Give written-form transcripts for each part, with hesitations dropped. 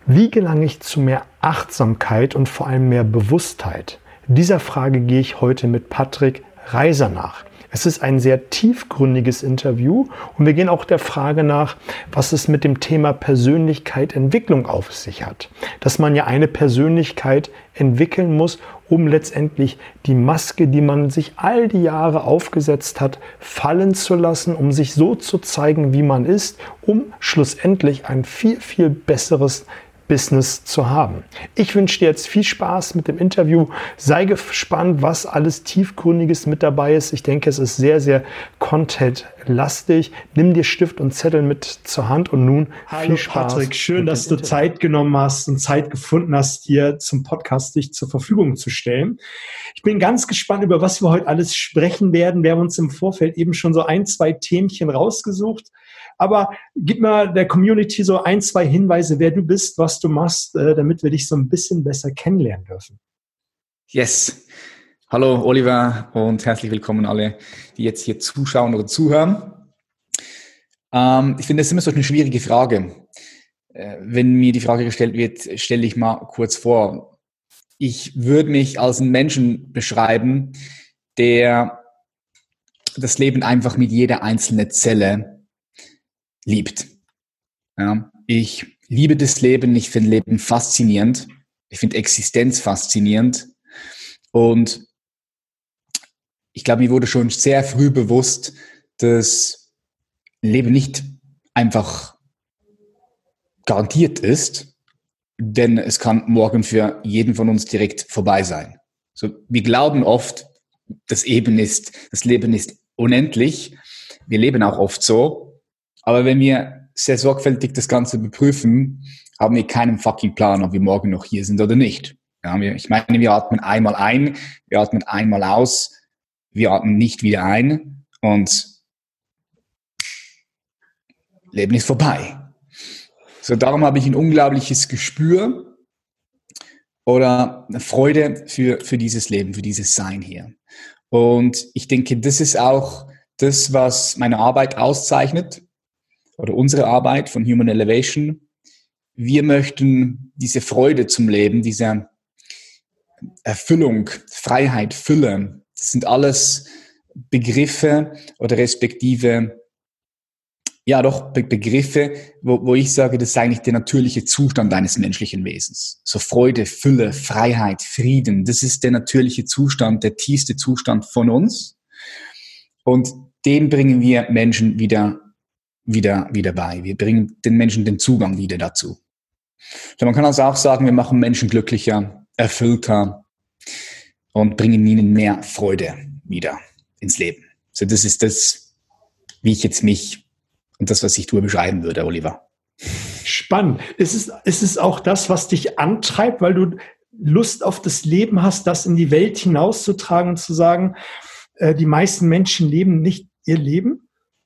Wie gelange ich zu mehr Achtsamkeit und vor allem mehr Bewusstheit? Dieser Frage gehe ich heute mit Patrick Reiser nach. Es ist ein sehr tiefgründiges Interview und wir gehen auch der Frage nach, was es mit dem Thema Persönlichkeitsentwicklung auf sich hat. Dass man ja eine Persönlichkeit entwickeln muss, um letztendlich die Maske, die man sich all die Jahre aufgesetzt hat, fallen zu lassen, um sich so zu zeigen, wie man ist, um schlussendlich ein viel, viel besseres Business zu haben. Ich wünsche dir jetzt viel Spaß mit dem Interview. Sei gespannt, was alles Tiefgründiges mit dabei ist. Ich denke, es ist sehr, sehr content-lastig. Nimm dir Stift und Zettel mit zur Hand und nun viel Spaß. Patrick, schön, dass du Zeit genommen hast und Zeit gefunden hast, hier zum Podcast dich zur Verfügung zu stellen. Ich bin ganz gespannt, über was wir heute alles sprechen werden. Wir haben uns im Vorfeld eben schon so 2 Themchen rausgesucht. Aber gib mal der Community so 2 Hinweise, wer du bist, was du machst, damit wir dich so ein bisschen besser kennenlernen dürfen. Yes. Hallo Oliver und herzlich willkommen alle, die jetzt hier zuschauen oder zuhören. Ich finde, das ist immer so eine schwierige Frage. Wenn mir die Frage gestellt wird, stelle ich mal kurz vor. Ich würde mich als einen Menschen beschreiben, der das Leben einfach mit jeder einzelnen Zelle liebt. Ja, ich liebe das Leben, ich finde Leben faszinierend, ich finde Existenz faszinierend und ich glaube, mir wurde schon sehr früh bewusst, dass Leben nicht einfach garantiert ist, denn es kann morgen für jeden von uns direkt vorbei sein. So, wir glauben oft, das Leben ist unendlich, wir leben auch oft so. Aber wenn wir sehr sorgfältig das Ganze beprüfen, haben wir keinen fucking Plan, ob wir morgen noch hier sind oder nicht. Ja, wir atmen einmal ein, wir atmen einmal aus, wir atmen nicht wieder ein und Leben ist vorbei. So, darum habe ich ein unglaubliches Gespür oder eine Freude für dieses Leben, für dieses Sein hier. Und ich denke, das ist auch das, was meine Arbeit auszeichnet. Oder unsere Arbeit von Human Elevation. Wir möchten diese Freude zum Leben, diese Erfüllung, Freiheit, Fülle, das sind alles Begriffe oder respektive, ja doch, Begriffe, wo ich sage, das ist eigentlich der natürliche Zustand eines menschlichen Wesens. So Freude, Fülle, Freiheit, Frieden, das ist der natürliche Zustand, der tiefste Zustand von uns. Und den bringen wir Menschen wieder bei. Wir bringen den Menschen den Zugang wieder dazu. So, man kann also auch sagen, wir machen Menschen glücklicher, erfüllter und bringen ihnen mehr Freude wieder ins Leben. So, das ist das, wie ich jetzt mich und das, was ich tue, beschreiben würde, Oliver. Spannend. Ist es auch das, was dich antreibt, weil du Lust auf das Leben hast, das in die Welt hinauszutragen und zu sagen, die meisten Menschen leben nicht ihr Leben?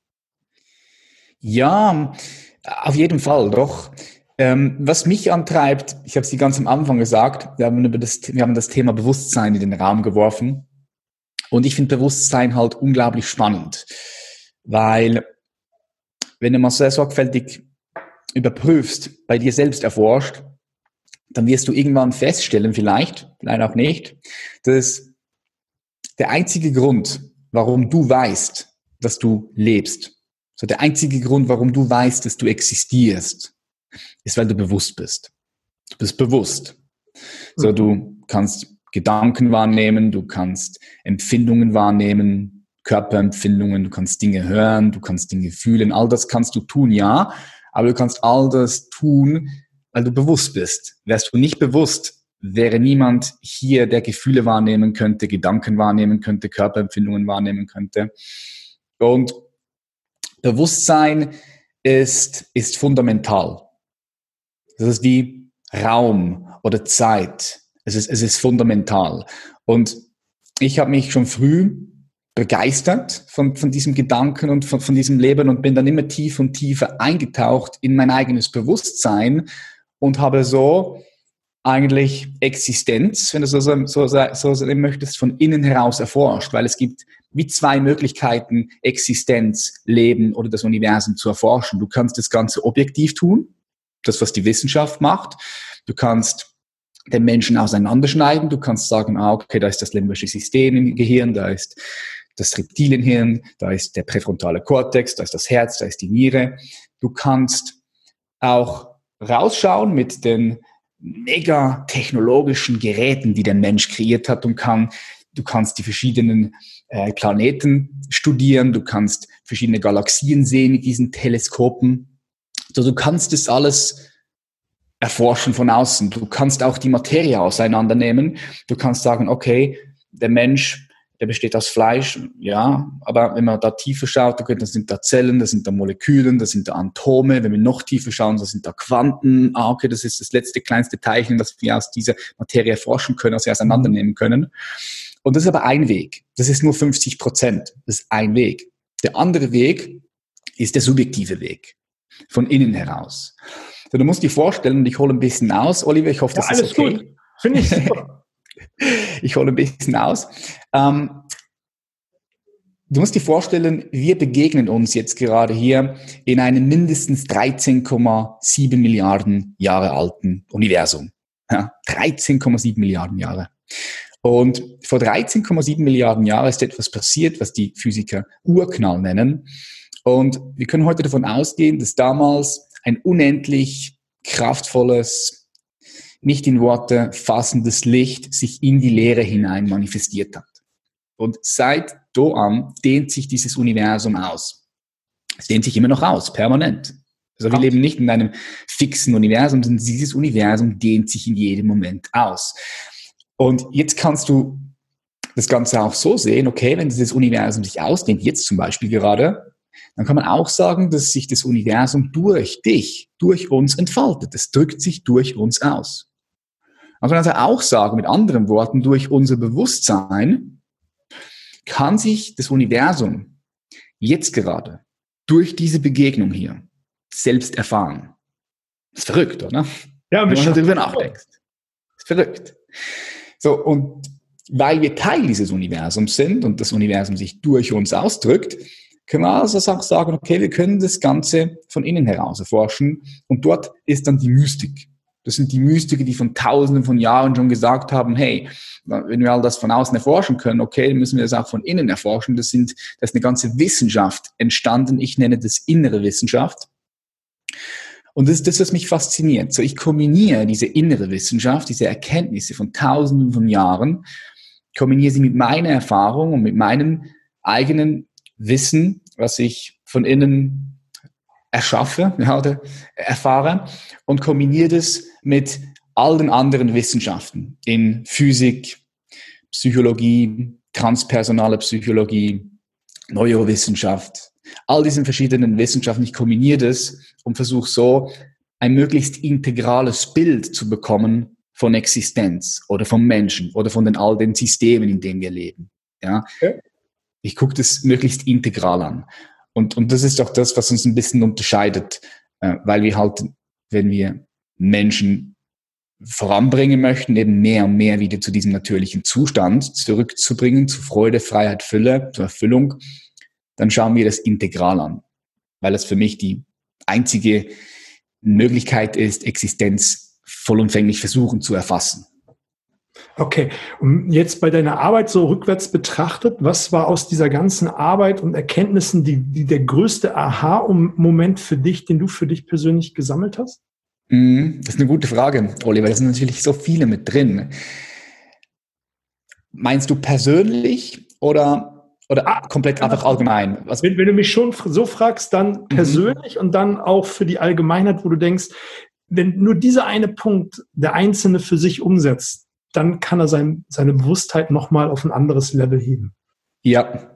Ja, auf jeden Fall, doch. Was mich antreibt, ich habe es dir ganz am Anfang gesagt, wir haben das Thema Bewusstsein in den Raum geworfen. Und ich finde Bewusstsein halt unglaublich spannend, weil wenn du mal sehr sorgfältig überprüfst, bei dir selbst erforscht, dann wirst du irgendwann feststellen, vielleicht auch nicht, dass der einzige Grund, warum du weißt, dass du lebst, so der einzige Grund, warum du weißt, dass du existierst, ist, weil du bewusst bist. Du bist bewusst. So, du kannst Gedanken wahrnehmen, du kannst Empfindungen wahrnehmen, Körperempfindungen, du kannst Dinge hören, du kannst Dinge fühlen. All das kannst du tun, ja, aber du kannst all das tun, weil du bewusst bist. Wärst du nicht bewusst, wäre niemand hier, der Gefühle wahrnehmen könnte, Gedanken wahrnehmen könnte, Körperempfindungen wahrnehmen könnte. Und Bewusstsein ist fundamental. Das ist wie Raum oder Zeit. Es ist fundamental. Und ich habe mich schon früh begeistert von diesem Gedanken und von diesem Leben und bin dann immer tiefer und tiefer eingetaucht in mein eigenes Bewusstsein und habe so eigentlich Existenz, wenn du so sehen möchtest, von innen heraus erforscht, weil es gibt wie 2 Möglichkeiten, Existenz, Leben oder das Universum zu erforschen. Du kannst das Ganze objektiv tun, das, was die Wissenschaft macht. Du kannst den Menschen auseinanderschneiden. Du kannst sagen, okay, da ist das limbische System im Gehirn, da ist das Reptilienhirn, da ist der präfrontale Kortex, da ist das Herz, da ist die Niere. Du kannst auch rausschauen mit den mega technologischen Geräten, die der Mensch kreiert hat, und du kannst die verschiedenen Planeten studieren, du kannst verschiedene Galaxien sehen mit diesen Teleskopen. Also du kannst das alles erforschen von außen. Du kannst auch die Materie auseinandernehmen. Du kannst sagen, okay, der Mensch, der besteht aus Fleisch, ja, aber wenn man da tiefer schaut, dann sind da Zellen, da sind da Molekülen, da sind da Atome. Wenn wir noch tiefer schauen, da sind da Quanten. Okay, das ist das letzte, kleinste Teilchen, das wir aus dieser Materie erforschen können, was wir auseinandernehmen können. Und das ist aber ein Weg. Das ist nur 50%. Das ist ein Weg. Der andere Weg ist der subjektive Weg. Von innen heraus. So, du musst dir vorstellen, und ich hole ein bisschen aus, Oliver, ich hoffe, das ist okay. Alles gut, finde ich super. Ich hole ein bisschen aus. Du musst dir vorstellen, wir begegnen uns jetzt gerade hier in einem mindestens 13,7 Milliarden Jahre alten Universum. Ja, 13,7 Milliarden Jahre. Und vor 13,7 Milliarden Jahren ist etwas passiert, was die Physiker Urknall nennen. Und wir können heute davon ausgehen, dass damals ein unendlich kraftvolles, nicht in Worte fassendes Licht sich in die Leere hinein manifestiert hat. Und seit da an dehnt sich dieses Universum aus. Es dehnt sich immer noch aus, permanent. Also wir leben nicht in einem fixen Universum, sondern dieses Universum dehnt sich in jedem Moment aus. Und jetzt kannst du das Ganze auch so sehen, okay, wenn dieses Universum sich ausdehnt, jetzt zum Beispiel gerade, dann kann man auch sagen, dass sich das Universum durch dich, durch uns entfaltet. Es drückt sich durch uns aus. Man kann also auch sagen, mit anderen Worten, durch unser Bewusstsein kann sich das Universum jetzt gerade durch diese Begegnung hier selbst erfahren. Das ist verrückt, oder? Ja, wenn du darüber nachdenkst. Das ist verrückt. So, und weil wir Teil dieses Universums sind und das Universum sich durch uns ausdrückt, können wir also auch sagen, okay, wir können das Ganze von innen heraus erforschen. Und dort ist dann die Mystik. Das sind die Mystiker, die von Tausenden von Jahren schon gesagt haben, hey, wenn wir all das von außen erforschen können, okay, dann müssen wir das auch von innen erforschen. Da ist eine ganze Wissenschaft entstanden. Ich nenne das innere Wissenschaft. Und das ist das, was mich fasziniert. So, ich kombiniere diese innere Wissenschaft, diese Erkenntnisse von Tausenden von Jahren, kombiniere sie mit meiner Erfahrung und mit meinem eigenen Wissen, was ich von innen erschaffe, ja, oder erfahre, und kombiniere das mit all den anderen Wissenschaften in Physik, Psychologie, transpersonale Psychologie, Neurowissenschaft, all diesen verschiedenen Wissenschaften. Ich kombiniere das und versuche so ein möglichst integrales Bild zu bekommen von Existenz oder vom Menschen oder von all den Systemen, in denen wir leben. Ja. Okay. Ich gucke das möglichst integral an. Und das ist auch das, was uns ein bisschen unterscheidet, weil wir halt, wenn wir Menschen voranbringen möchten, eben mehr und mehr wieder zu diesem natürlichen Zustand zurückzubringen, zu Freude, Freiheit, Fülle, zur Erfüllung, dann schauen wir das integral an, weil das für mich die einzige Möglichkeit ist, Existenz vollumfänglich versuchen zu erfassen. Okay, und jetzt bei deiner Arbeit so rückwärts betrachtet, was war aus dieser ganzen Arbeit und Erkenntnissen der größte Aha-Moment für dich, den du für dich persönlich gesammelt hast? Das ist eine gute Frage, Oliver. Da sind natürlich so viele mit drin. Meinst du persönlich oder komplett einfach allgemein? Wenn du mich schon so fragst, dann persönlich und dann auch für die Allgemeinheit, wo du denkst, wenn nur dieser eine Punkt der Einzelne für sich umsetzt, dann kann er seine Bewusstheit nochmal auf ein anderes Level heben. Ja.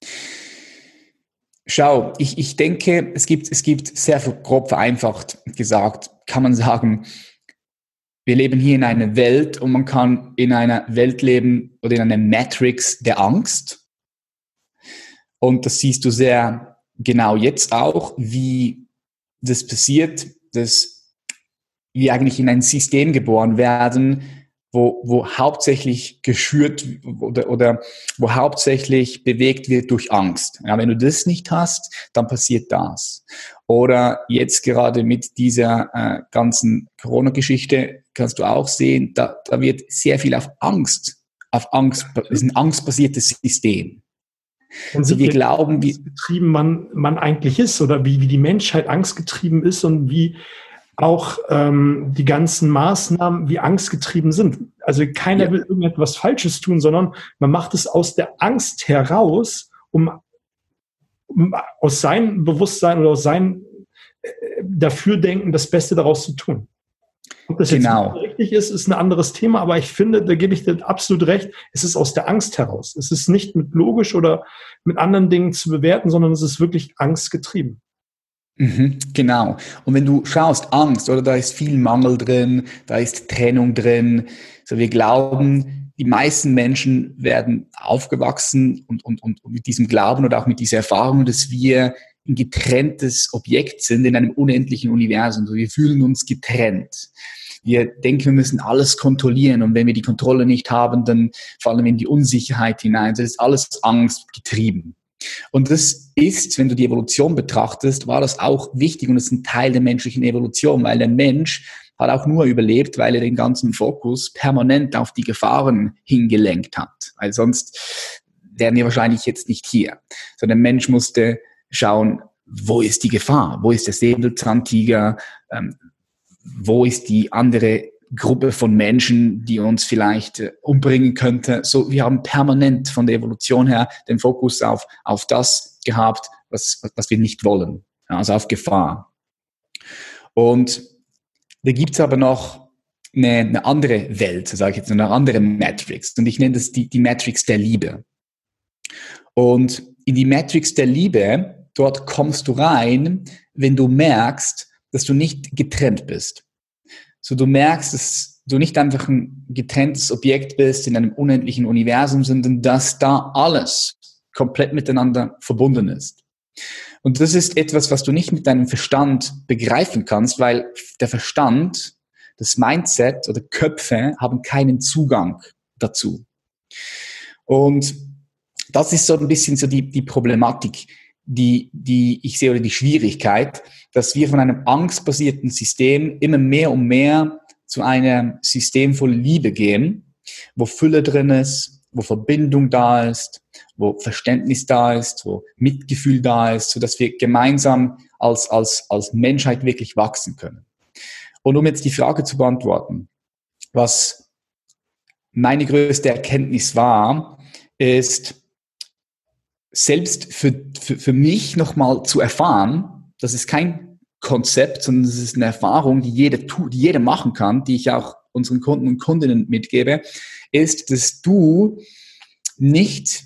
Schau, ich denke, es gibt sehr grob vereinfacht gesagt, kann man sagen, wir leben hier in einer Welt und man kann in einer Welt leben oder in einer Matrix der Angst. Und das siehst du sehr genau jetzt auch, wie das passiert, dass wir eigentlich in ein System geboren werden, wo hauptsächlich geschürt oder wo hauptsächlich bewegt wird durch Angst. Ja, wenn du das nicht hast, dann passiert das. Oder jetzt gerade mit dieser ganzen Corona-Geschichte kannst du auch sehen, da wird sehr viel auf Angst, ist ein angstbasiertes System. Dann also wir glauben, wie angstgetrieben man eigentlich ist oder wie die Menschheit angstgetrieben ist und wie auch die ganzen Maßnahmen wie angstgetrieben sind. Also keiner will irgendetwas Falsches tun, sondern man macht es aus der Angst heraus, um aus seinem Bewusstsein oder aus seinem Dafürdenken das Beste daraus zu tun. Ob das jetzt richtig ist ein anderes Thema, aber ich finde, da gebe ich dir absolut recht, es ist aus der Angst heraus. Es ist nicht mit logisch oder mit anderen Dingen zu bewerten, sondern es ist wirklich angstgetrieben. Genau. Und wenn du schaust, Angst, oder da ist viel Mangel drin, da ist Trennung drin. So, wir glauben, die meisten Menschen werden aufgewachsen und mit diesem Glauben oder auch mit dieser Erfahrung, dass wir ein getrenntes Objekt sind in einem unendlichen Universum. So, wir fühlen uns getrennt. Wir denken, wir müssen alles kontrollieren und wenn wir die Kontrolle nicht haben, dann fallen wir in die Unsicherheit hinein. Das ist alles angstgetrieben. Und das ist, wenn du die Evolution betrachtest, war das auch wichtig und ist ein Teil der menschlichen Evolution, weil der Mensch hat auch nur überlebt, weil er den ganzen Fokus permanent auf die Gefahren hingelenkt hat. Weil sonst wären wir wahrscheinlich jetzt nicht hier. So, der Mensch musste schauen, wo ist die Gefahr? Wo ist der Säbelzahntiger? Wo ist die andere Gruppe von Menschen, die uns vielleicht umbringen könnte? So, wir haben permanent von der Evolution her den Fokus auf das gehabt, was wir nicht wollen. Also auf Gefahr. Und da gibt's aber noch eine andere Welt, sage ich jetzt, eine andere Matrix. Und ich nenne das die Matrix der Liebe. Und in die Matrix der Liebe, dort kommst du rein, wenn du merkst, dass du nicht getrennt bist. So, du merkst, dass du nicht einfach ein getrenntes Objekt bist in einem unendlichen Universum, sondern dass da alles komplett miteinander verbunden ist. Und das ist etwas, was du nicht mit deinem Verstand begreifen kannst, weil der Verstand, das Mindset oder Köpfe haben keinen Zugang dazu. Und das ist so ein bisschen so die Problematik, die ich sehe, oder die Schwierigkeit, dass wir von einem angstbasierten System immer mehr und mehr zu einem System voll Liebe gehen, wo Fülle drin ist, wo Verbindung da ist, wo Verständnis da ist, wo Mitgefühl da ist, sodass wir gemeinsam als Menschheit wirklich wachsen können. Und um jetzt die Frage zu beantworten, was meine größte Erkenntnis war, ist, selbst für mich nochmal zu erfahren, das ist kein Konzept, sondern es ist eine Erfahrung, die jeder machen kann, die ich auch unseren Kunden und Kundinnen mitgebe, ist, dass du nicht,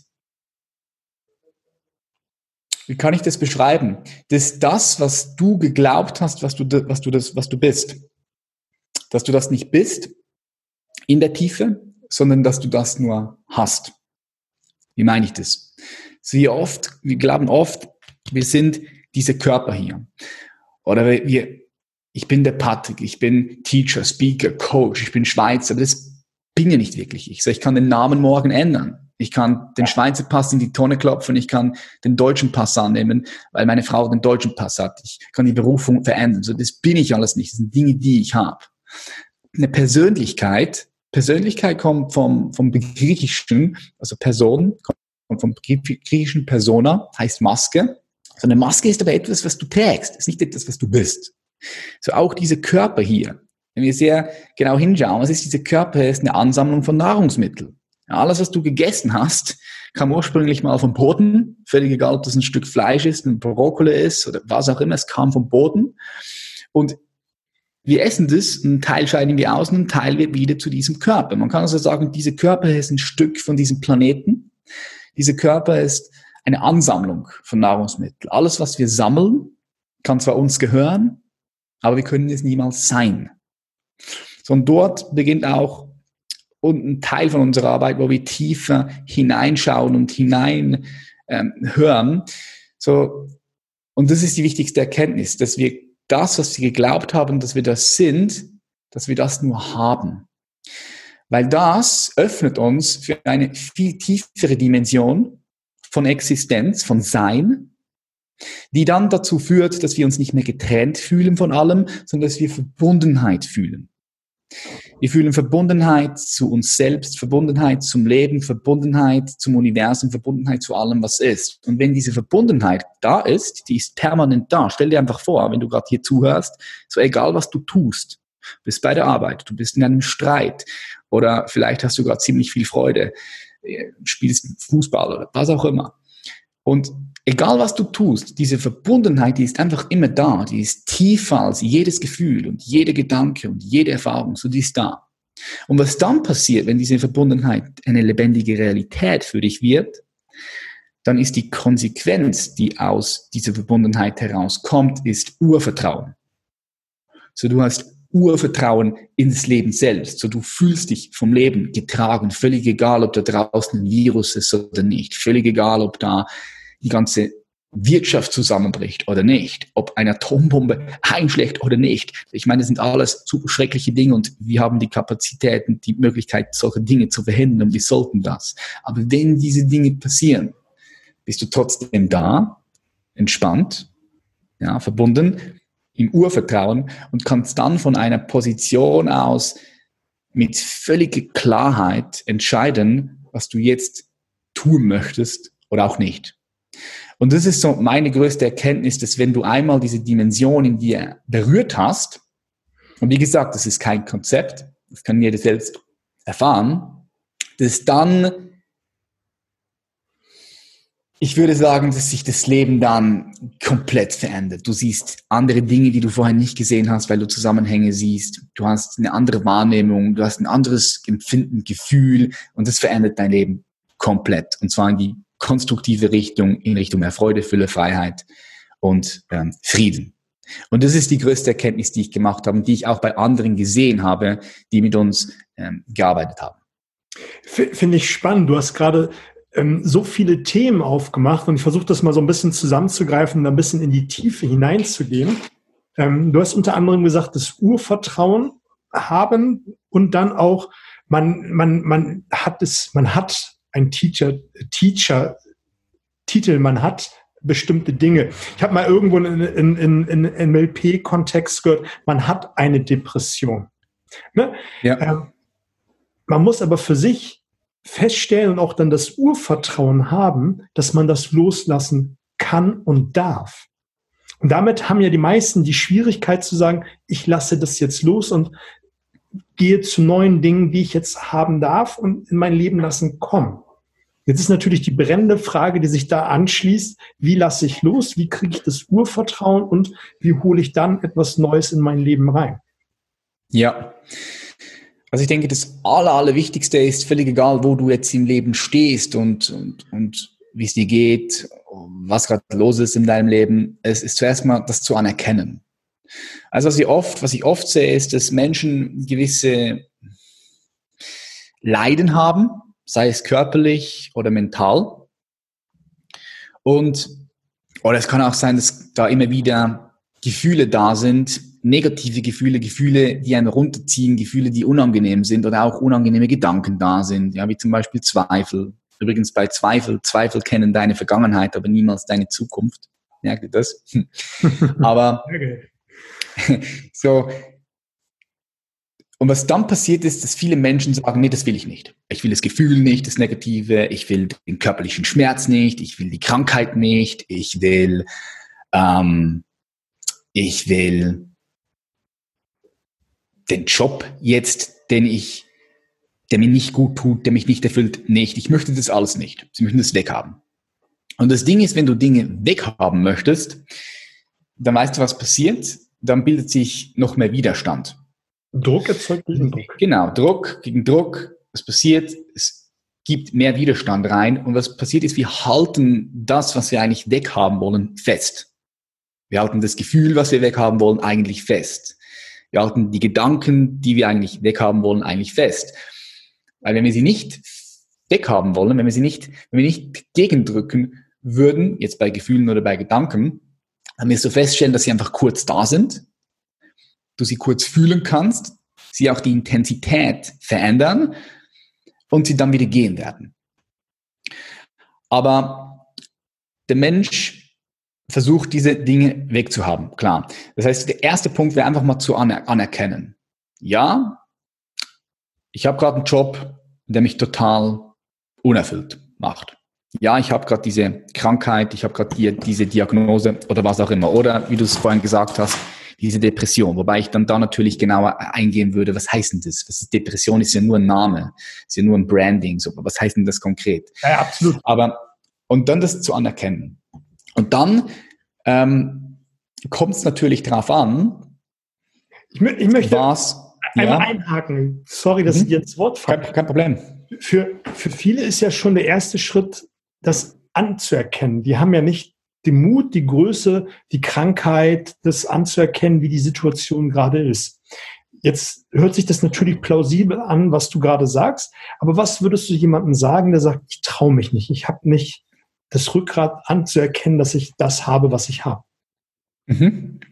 wie kann ich das beschreiben, dass das, was du geglaubt hast, was du bist, dass du das nicht bist in der Tiefe, sondern dass du das nur hast. Wie meine ich das? Wir glauben oft, wir sind diese Körper hier. Oder ich bin der Patrick, ich bin Teacher, Speaker, Coach, ich bin Schweizer, aber das bin ja nicht wirklich ich. So, ich kann den Namen morgen ändern. Ich kann den Schweizer Pass in die Tonne klopfen, ich kann den deutschen Pass annehmen, weil meine Frau den deutschen Pass hat. Ich kann die Berufung verändern. So, das bin ich alles nicht. Das sind Dinge, die ich habe. Eine Persönlichkeit kommt vom Griechischen, also Person, kommt vom griechischen Persona, heißt Maske. So, eine Maske ist aber etwas, was du trägst, ist nicht etwas, was du bist. So, auch diese Körper hier, wenn wir sehr genau hinschauen, was ist diese Körper? Ist eine Ansammlung von Nahrungsmitteln. Ja, alles, was du gegessen hast, kam ursprünglich mal vom Boden, völlig egal, ob das ein Stück Fleisch ist, ein Brokkoli ist oder was auch immer, es kam vom Boden. Und wir essen das, ein Teil scheiden wir aus und ein Teil wird wieder zu diesem Körper. Man kann also sagen, diese Körper ist ein Stück von diesem Planeten. Dieser Körper ist eine Ansammlung von Nahrungsmitteln. Alles, was wir sammeln, kann zwar uns gehören, aber wir können es niemals sein. So, und dort beginnt auch ein Teil von unserer Arbeit, wo wir tiefer hineinschauen und hören. So, und das ist die wichtigste Erkenntnis, dass wir das, was wir geglaubt haben, dass wir das sind, dass wir das nur haben. Weil das öffnet uns für eine viel tiefere Dimension von Existenz, von Sein, die dann dazu führt, dass wir uns nicht mehr getrennt fühlen von allem, sondern dass wir Verbundenheit fühlen. Wir fühlen Verbundenheit zu uns selbst, Verbundenheit zum Leben, Verbundenheit zum Universum, Verbundenheit zu allem, was ist. Und wenn diese Verbundenheit da ist, die ist permanent da. Stell dir einfach vor, wenn du gerade hier zuhörst, so egal was du tust, du bist bei der Arbeit, du bist in einem Streit oder vielleicht hast du gerade ziemlich viel Freude, spielst Fußball oder was auch immer. Und egal was du tust, diese Verbundenheit, die ist einfach immer da, die ist tiefer als jedes Gefühl und jeder Gedanke und jede Erfahrung, so die ist da. Und was dann passiert, wenn diese Verbundenheit eine lebendige Realität für dich wird, dann ist die Konsequenz, die aus dieser Verbundenheit herauskommt, ist Urvertrauen. So du hast Urvertrauen ins Leben selbst. So du fühlst dich vom Leben getragen, völlig egal, ob da draußen ein Virus ist oder nicht, völlig egal, ob da die ganze Wirtschaft zusammenbricht oder nicht, ob eine Atombombe einschlägt oder nicht. Ich meine, das sind alles super schreckliche Dinge und wir haben die Kapazitäten, die Möglichkeit, solche Dinge zu verhindern und wir sollten das. Aber wenn diese Dinge passieren, bist du trotzdem da, entspannt, ja, verbunden, im Urvertrauen und kannst dann von einer Position aus mit völliger Klarheit entscheiden, was du jetzt tun möchtest oder auch nicht. Und das ist so meine größte Erkenntnis, dass wenn du einmal diese Dimension in dir berührt hast, und wie gesagt, das ist kein Konzept, das kann jeder selbst erfahren, dass dann, ich würde sagen, dass sich das Leben dann komplett verändert. Du siehst andere Dinge, die du vorher nicht gesehen hast, weil du Zusammenhänge siehst. Du hast eine andere Wahrnehmung, du hast ein anderes Empfinden, Gefühl und das verändert dein Leben komplett. Und zwar in die konstruktive Richtung, in Richtung mehr Freude, Fülle, Freiheit und Frieden. Und das ist die größte Erkenntnis, die ich gemacht habe und die ich auch bei anderen gesehen habe, die mit uns gearbeitet haben. Finde ich spannend. Du hast gerade so viele Themen aufgemacht und ich versuche das mal so ein bisschen zusammenzugreifen und ein bisschen in die Tiefe hineinzugehen. Du hast unter anderem gesagt, das Urvertrauen haben und dann auch, man hat ein Teacher-Titel, man hat bestimmte Dinge. Ich habe mal irgendwo in NLP-Kontext gehört, man hat eine Depression. Ne? Ja. Man muss aber für sich feststellen und auch dann das Urvertrauen haben, dass man das loslassen kann und darf. Und damit haben ja die meisten die Schwierigkeit zu sagen, ich lasse das jetzt los und gehe zu neuen Dingen, die ich jetzt haben darf und in mein Leben lassen kommen. Jetzt ist natürlich die brennende Frage, die sich da anschließt, wie lasse ich los, wie kriege ich das Urvertrauen und wie hole ich dann etwas Neues in mein Leben rein? Ja, also ich denke, das Allerwichtigste ist, völlig egal, wo du jetzt im Leben stehst und wie es dir geht, was gerade los ist in deinem Leben, es ist zuerst mal das zu anerkennen. Also was ich oft sehe, ist, dass Menschen gewisse Leiden haben, sei es körperlich oder mental. Oder es kann auch sein, dass da immer wieder Gefühle da sind, negative Gefühle, die einen runterziehen, Gefühle, die unangenehm sind oder auch unangenehme Gedanken da sind, ja, wie zum Beispiel Zweifel. Übrigens bei Zweifel kennen deine Vergangenheit, aber niemals deine Zukunft. Merkt ihr das? Aber so. Und was dann passiert ist, dass viele Menschen sagen, nee, das will ich nicht. Ich will das Gefühl nicht, das Negative, ich will den körperlichen Schmerz nicht, ich will die Krankheit nicht, ich will den Job jetzt, der mir nicht gut tut, der mich nicht erfüllt, nicht. Ich möchte das alles nicht. Sie möchten das weghaben. Und das Ding ist, wenn du Dinge weghaben möchtest, dann weißt du, was passiert. Dann bildet sich noch mehr Widerstand. Druck erzeugt gegen Druck. Genau, Druck gegen Druck. Was passiert? Es gibt mehr Widerstand rein. Und was passiert ist, wir halten das, was wir eigentlich weghaben wollen, fest. Wir halten das Gefühl, was wir weghaben wollen, eigentlich fest. Wir halten die Gedanken, die wir eigentlich weghaben wollen, eigentlich fest. Weil wenn wir sie nicht weghaben wollen, wenn wir nicht gegendrücken würden, jetzt bei Gefühlen oder bei Gedanken, dann wirst du feststellen, dass sie einfach kurz da sind, du sie kurz fühlen kannst, sie auch die Intensität verändern und sie dann wieder gehen werden. Aber der Mensch versucht, diese Dinge wegzuhaben, klar. Das heißt, der erste Punkt wäre einfach mal zu anerkennen. Ja, ich habe gerade einen Job, der mich total unerfüllt macht. Ja, ich habe gerade diese Krankheit, ich habe gerade diese Diagnose oder was auch immer. Oder, wie du es vorhin gesagt hast, diese Depression. Wobei ich dann da natürlich genauer eingehen würde, was heißt denn das? Depression ist ja nur ein Name, ist ja nur ein Branding. So, was heißt denn das konkret? Ja, absolut. Aber, und dann das zu anerkennen. Und dann kommt es natürlich darauf an, ich möchte einmal ja, einhaken. Sorry, dass ich dir ins Wort falle. Kein Problem. Für viele ist ja schon der erste Schritt, das anzuerkennen. Die haben ja nicht den Mut, die Größe, die Krankheit, das anzuerkennen, wie die Situation gerade ist. Jetzt hört sich das natürlich plausibel an, was du gerade sagst, aber was würdest du jemandem sagen, der sagt, ich traue mich nicht, ich habe nicht das Rückgrat anzuerkennen, dass ich das habe, was ich habe? Mhm.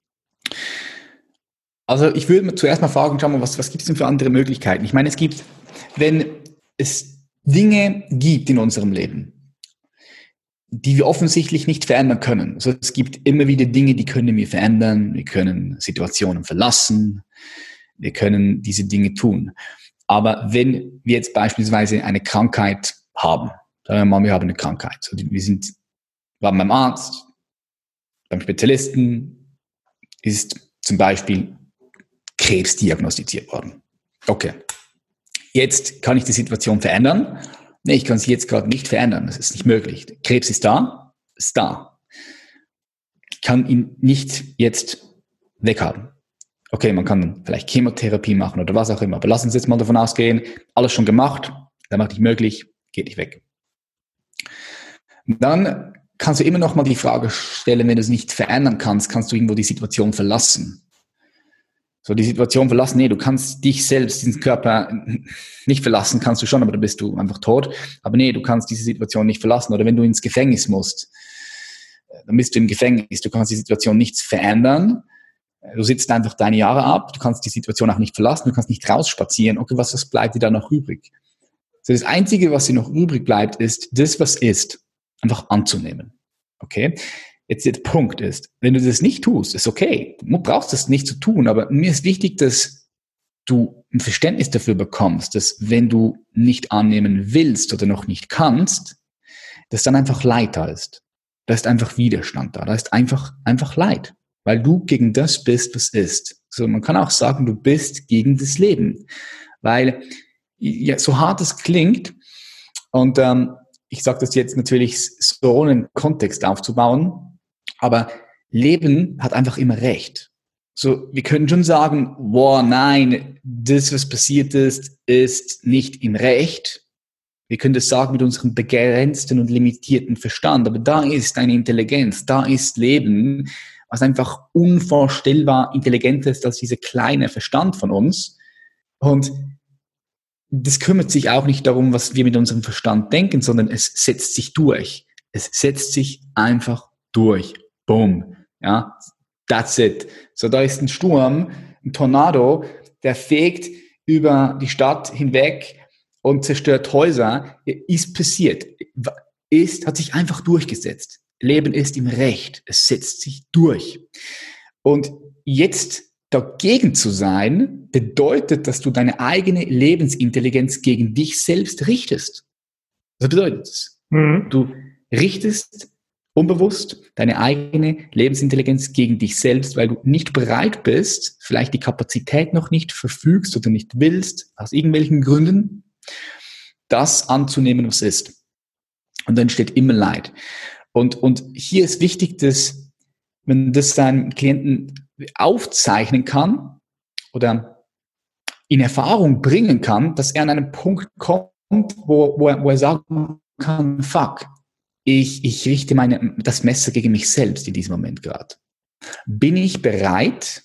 Also ich würde zuerst mal fragen, schau mal, was gibt es denn für andere Möglichkeiten? Ich meine, wenn es Dinge gibt in unserem Leben, die wir offensichtlich nicht verändern können. Also es gibt immer wieder Dinge, die können wir verändern. Wir können Situationen verlassen. Wir können diese Dinge tun. Aber wenn wir jetzt beispielsweise eine Krankheit haben, sagen wir mal, wir haben eine Krankheit. Also wir waren beim Arzt, beim Spezialisten, ist zum Beispiel Krebs diagnostiziert worden. Okay. Jetzt kann ich die Situation verändern. Nee, ich kann sie jetzt gerade nicht verändern. Das ist nicht möglich. Krebs ist da. Ich kann ihn nicht jetzt weghaben. Okay, man kann vielleicht Chemotherapie machen oder was auch immer. Aber lass uns jetzt mal davon ausgehen, alles schon gemacht, dann macht nicht möglich, geht nicht weg. Dann kannst du immer noch mal die Frage stellen, wenn du es nicht verändern kannst, kannst du irgendwo die Situation verlassen. So, die Situation verlassen, nee, du kannst dich selbst, diesen Körper nicht verlassen, kannst du schon, aber dann bist du einfach tot. Aber nee, du kannst diese Situation nicht verlassen. Oder wenn du ins Gefängnis musst, dann bist du im Gefängnis. Du kannst die Situation nicht verändern. Du sitzt einfach deine Jahre ab. Du kannst die Situation auch nicht verlassen. Du kannst nicht rausspazieren. Okay, was bleibt dir da noch übrig? So, das Einzige, was dir noch übrig bleibt, ist das, was ist, einfach anzunehmen. Okay? Jetzt der Punkt ist, wenn du das nicht tust, ist okay. Du brauchst das nicht zu tun, aber mir ist wichtig, dass du ein Verständnis dafür bekommst, dass wenn du nicht annehmen willst oder noch nicht kannst, dass dann einfach Leid da ist. Da ist einfach Widerstand da. Da ist einfach Leid, weil du gegen das bist, was ist. So, man kann auch sagen, du bist gegen das Leben, weil ja, so hart es klingt und ich sage das jetzt natürlich so ohne einen Kontext aufzubauen, aber Leben hat einfach immer Recht. So, wir können schon sagen, wow, nein, das, was passiert ist nicht im Recht. Wir können das sagen mit unserem begrenzten und limitierten Verstand, aber da ist eine Intelligenz, da ist Leben, was einfach unvorstellbar intelligenter ist als dieser kleine Verstand von uns. Und das kümmert sich auch nicht darum, was wir mit unserem Verstand denken, sondern es setzt sich durch. Es setzt sich einfach durch. Boom. Ja, that's it. So, da ist ein Sturm, ein Tornado, der fegt über die Stadt hinweg und zerstört Häuser. Ist passiert. Hat sich einfach durchgesetzt. Leben ist im Recht. Es setzt sich durch. Und jetzt dagegen zu sein, bedeutet, dass du deine eigene Lebensintelligenz gegen dich selbst richtest. Was bedeutet das? Du richtest unbewusst deine eigene Lebensintelligenz gegen dich selbst, weil du nicht bereit bist, vielleicht die Kapazität noch nicht verfügst oder nicht willst, aus irgendwelchen Gründen, das anzunehmen, was ist. Und dann entsteht immer Leid. Und hier ist wichtig, dass man das seinem Klienten aufzeichnen kann oder in Erfahrung bringen kann, dass er an einen Punkt kommt, wo er sagen kann, fuck, ich richte das Messer gegen mich selbst in diesem Moment gerade. Bin ich bereit,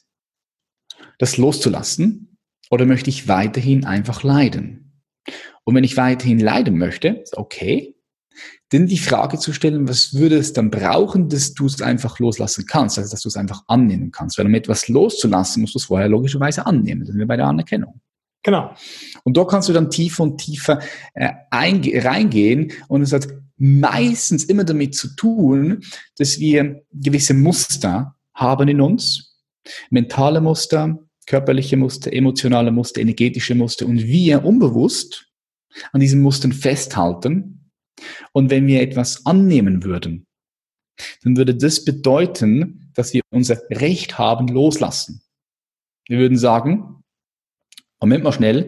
das loszulassen oder möchte ich weiterhin einfach leiden? Und wenn ich weiterhin leiden möchte, ist okay, denn die Frage zu stellen, was würde es dann brauchen, dass du es einfach loslassen kannst, also dass du es einfach annehmen kannst. Weil um etwas loszulassen, musst du es vorher logischerweise annehmen. Das sind wir bei der Anerkennung. Genau. Und da kannst du dann tiefer und tiefer reingehen und es hat meistens immer damit zu tun, dass wir gewisse Muster haben in uns, mentale Muster, körperliche Muster, emotionale Muster, energetische Muster und wir unbewusst an diesen Mustern festhalten. Und wenn wir etwas annehmen würden, dann würde das bedeuten, dass wir unser Recht haben loslassen. Wir würden sagen, Moment mal schnell,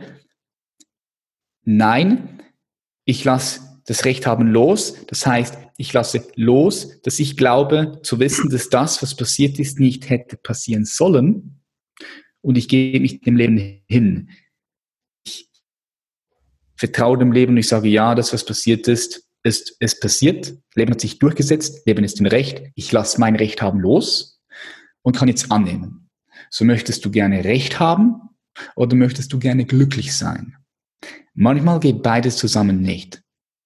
nein, ich lasse das Recht haben los. Das heißt, ich lasse los, dass ich glaube zu wissen, dass das, was passiert ist, nicht hätte passieren sollen. Und ich gebe mich dem Leben hin. Ich vertraue dem Leben und ich sage, ja, das, was passiert ist, ist passiert. Leben hat sich durchgesetzt. Leben ist im Recht. Ich lasse mein Recht haben los und kann jetzt annehmen. So möchtest du gerne Recht haben oder möchtest du gerne glücklich sein? Manchmal geht beides zusammen nicht.